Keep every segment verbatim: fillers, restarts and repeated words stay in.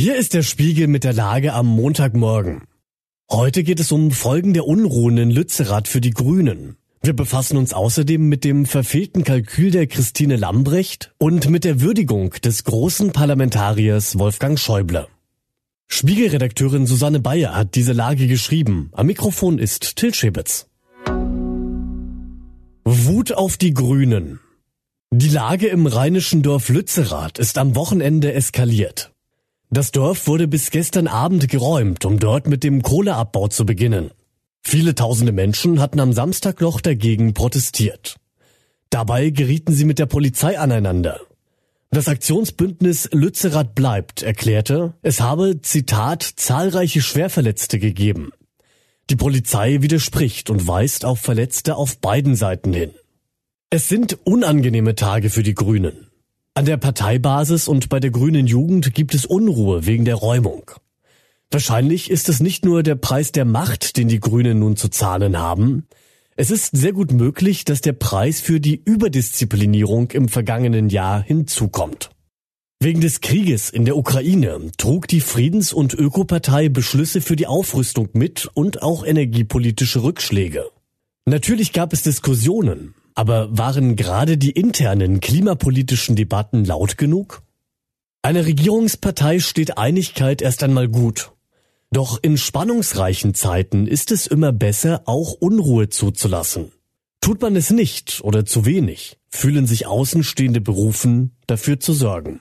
Hier ist der Spiegel mit der Lage am Montagmorgen. Heute geht es um Folgen der Unruhen in Lützerath für die Grünen. Wir befassen uns außerdem mit dem verfehlten Kalkül der Christine Lambrecht und mit der Würdigung des großen Parlamentariers Wolfgang Schäuble. Spiegelredakteurin Susanne Bayer hat diese Lage geschrieben. Am Mikrofon ist Till Schäbitz. Wut auf die Grünen. Die Lage im rheinischen Dorf Lützerath ist am Wochenende eskaliert. Das Dorf wurde bis gestern Abend geräumt, um dort mit dem Kohleabbau zu beginnen. Viele tausende Menschen hatten am Samstag noch dagegen protestiert. Dabei gerieten sie mit der Polizei aneinander. Das Aktionsbündnis Lützerath bleibt erklärte, es habe, Zitat, zahlreiche Schwerverletzte gegeben. Die Polizei widerspricht und weist auf Verletzte auf beiden Seiten hin. Es sind unangenehme Tage für die Grünen. An der Parteibasis und bei der grünen Jugend gibt es Unruhe wegen der Räumung. Wahrscheinlich ist es nicht nur der Preis der Macht, den die Grünen nun zu zahlen haben. Es ist sehr gut möglich, dass der Preis für die Überdisziplinierung im vergangenen Jahr hinzukommt. Wegen des Krieges in der Ukraine trug die Friedens- und Ökopartei Beschlüsse für die Aufrüstung mit und auch energiepolitische Rückschläge. Natürlich gab es Diskussionen. Aber waren gerade die internen klimapolitischen Debatten laut genug? Einer Regierungspartei steht Einigkeit erst einmal gut. Doch in spannungsreichen Zeiten ist es immer besser, auch Unruhe zuzulassen. Tut man es nicht oder zu wenig, fühlen sich Außenstehende berufen, dafür zu sorgen.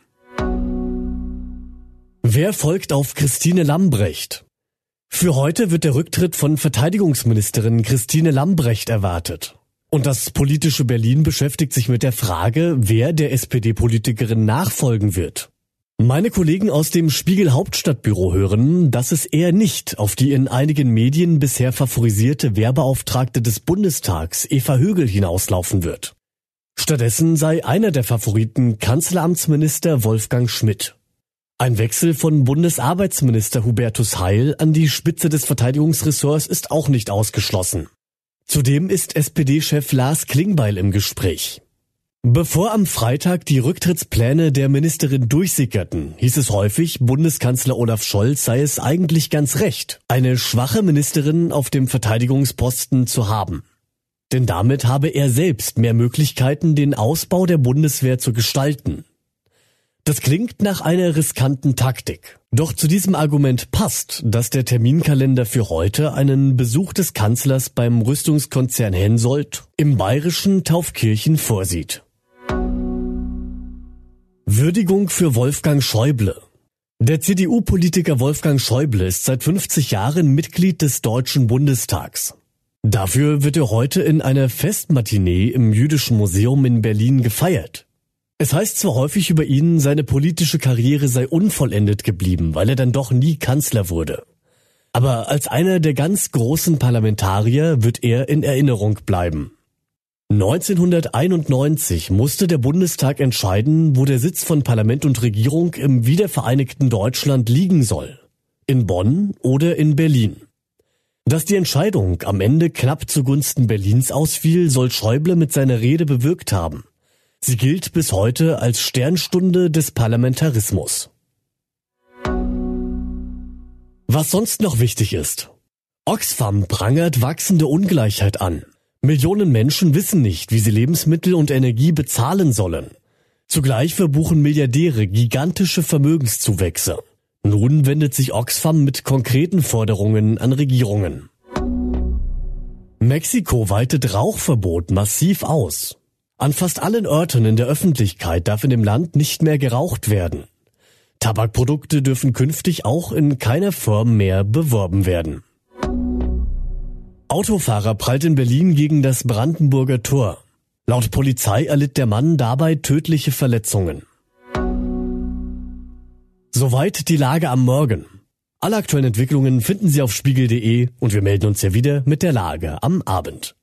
Wer folgt auf Christine Lambrecht? Für heute wird der Rücktritt von Verteidigungsministerin Christine Lambrecht erwartet. Und das politische Berlin beschäftigt sich mit der Frage, wer der S P D-Politikerin nachfolgen wird. Meine Kollegen aus dem Spiegel Hauptstadtbüro hören, dass es eher nicht auf die in einigen Medien bisher favorisierte Wehrbeauftragte des Bundestags Eva Högel hinauslaufen wird. Stattdessen sei einer der Favoriten Kanzleramtsminister Wolfgang Schmidt. Ein Wechsel von Bundesarbeitsminister Hubertus Heil an die Spitze des Verteidigungsressorts ist auch nicht ausgeschlossen. Zudem ist S P D-Chef Lars Klingbeil im Gespräch. Bevor am Freitag die Rücktrittspläne der Ministerin durchsickerten, hieß es häufig, Bundeskanzler Olaf Scholz sei es eigentlich ganz recht, eine schwache Ministerin auf dem Verteidigungsposten zu haben. Denn damit habe er selbst mehr Möglichkeiten, den Ausbau der Bundeswehr zu gestalten. Das klingt nach einer riskanten Taktik. Doch zu diesem Argument passt, dass der Terminkalender für heute einen Besuch des Kanzlers beim Rüstungskonzern Hensoldt im bayerischen Taufkirchen vorsieht. Würdigung für Wolfgang Schäuble. Der C D U-Politiker Wolfgang Schäuble ist seit fünfzig Jahren Mitglied des Deutschen Bundestags. Dafür wird er heute in einer Festmatinee im Jüdischen Museum in Berlin gefeiert. Es heißt zwar häufig über ihn, seine politische Karriere sei unvollendet geblieben, weil er dann doch nie Kanzler wurde. Aber als einer der ganz großen Parlamentarier wird er in Erinnerung bleiben. neunzehnhunderteinundneunzig musste der Bundestag entscheiden, wo der Sitz von Parlament und Regierung im wiedervereinigten Deutschland liegen soll. In Bonn oder in Berlin. Dass die Entscheidung am Ende knapp zugunsten Berlins ausfiel, soll Schäuble mit seiner Rede bewirkt haben. Sie gilt bis heute als Sternstunde des Parlamentarismus. Was sonst noch wichtig ist. Oxfam prangert wachsende Ungleichheit an. Millionen Menschen wissen nicht, wie sie Lebensmittel und Energie bezahlen sollen. Zugleich verbuchen Milliardäre gigantische Vermögenszuwächse. Nun wendet sich Oxfam mit konkreten Forderungen an Regierungen. Mexiko weitet Rauchverbot massiv aus. An fast allen Orten in der Öffentlichkeit darf in dem Land nicht mehr geraucht werden. Tabakprodukte dürfen künftig auch in keiner Form mehr beworben werden. Autofahrer prallt in Berlin gegen das Brandenburger Tor. Laut Polizei erlitt der Mann dabei tödliche Verletzungen. Soweit die Lage am Morgen. Alle aktuellen Entwicklungen finden Sie auf spiegel punkt de und wir melden uns ja wieder mit der Lage am Abend.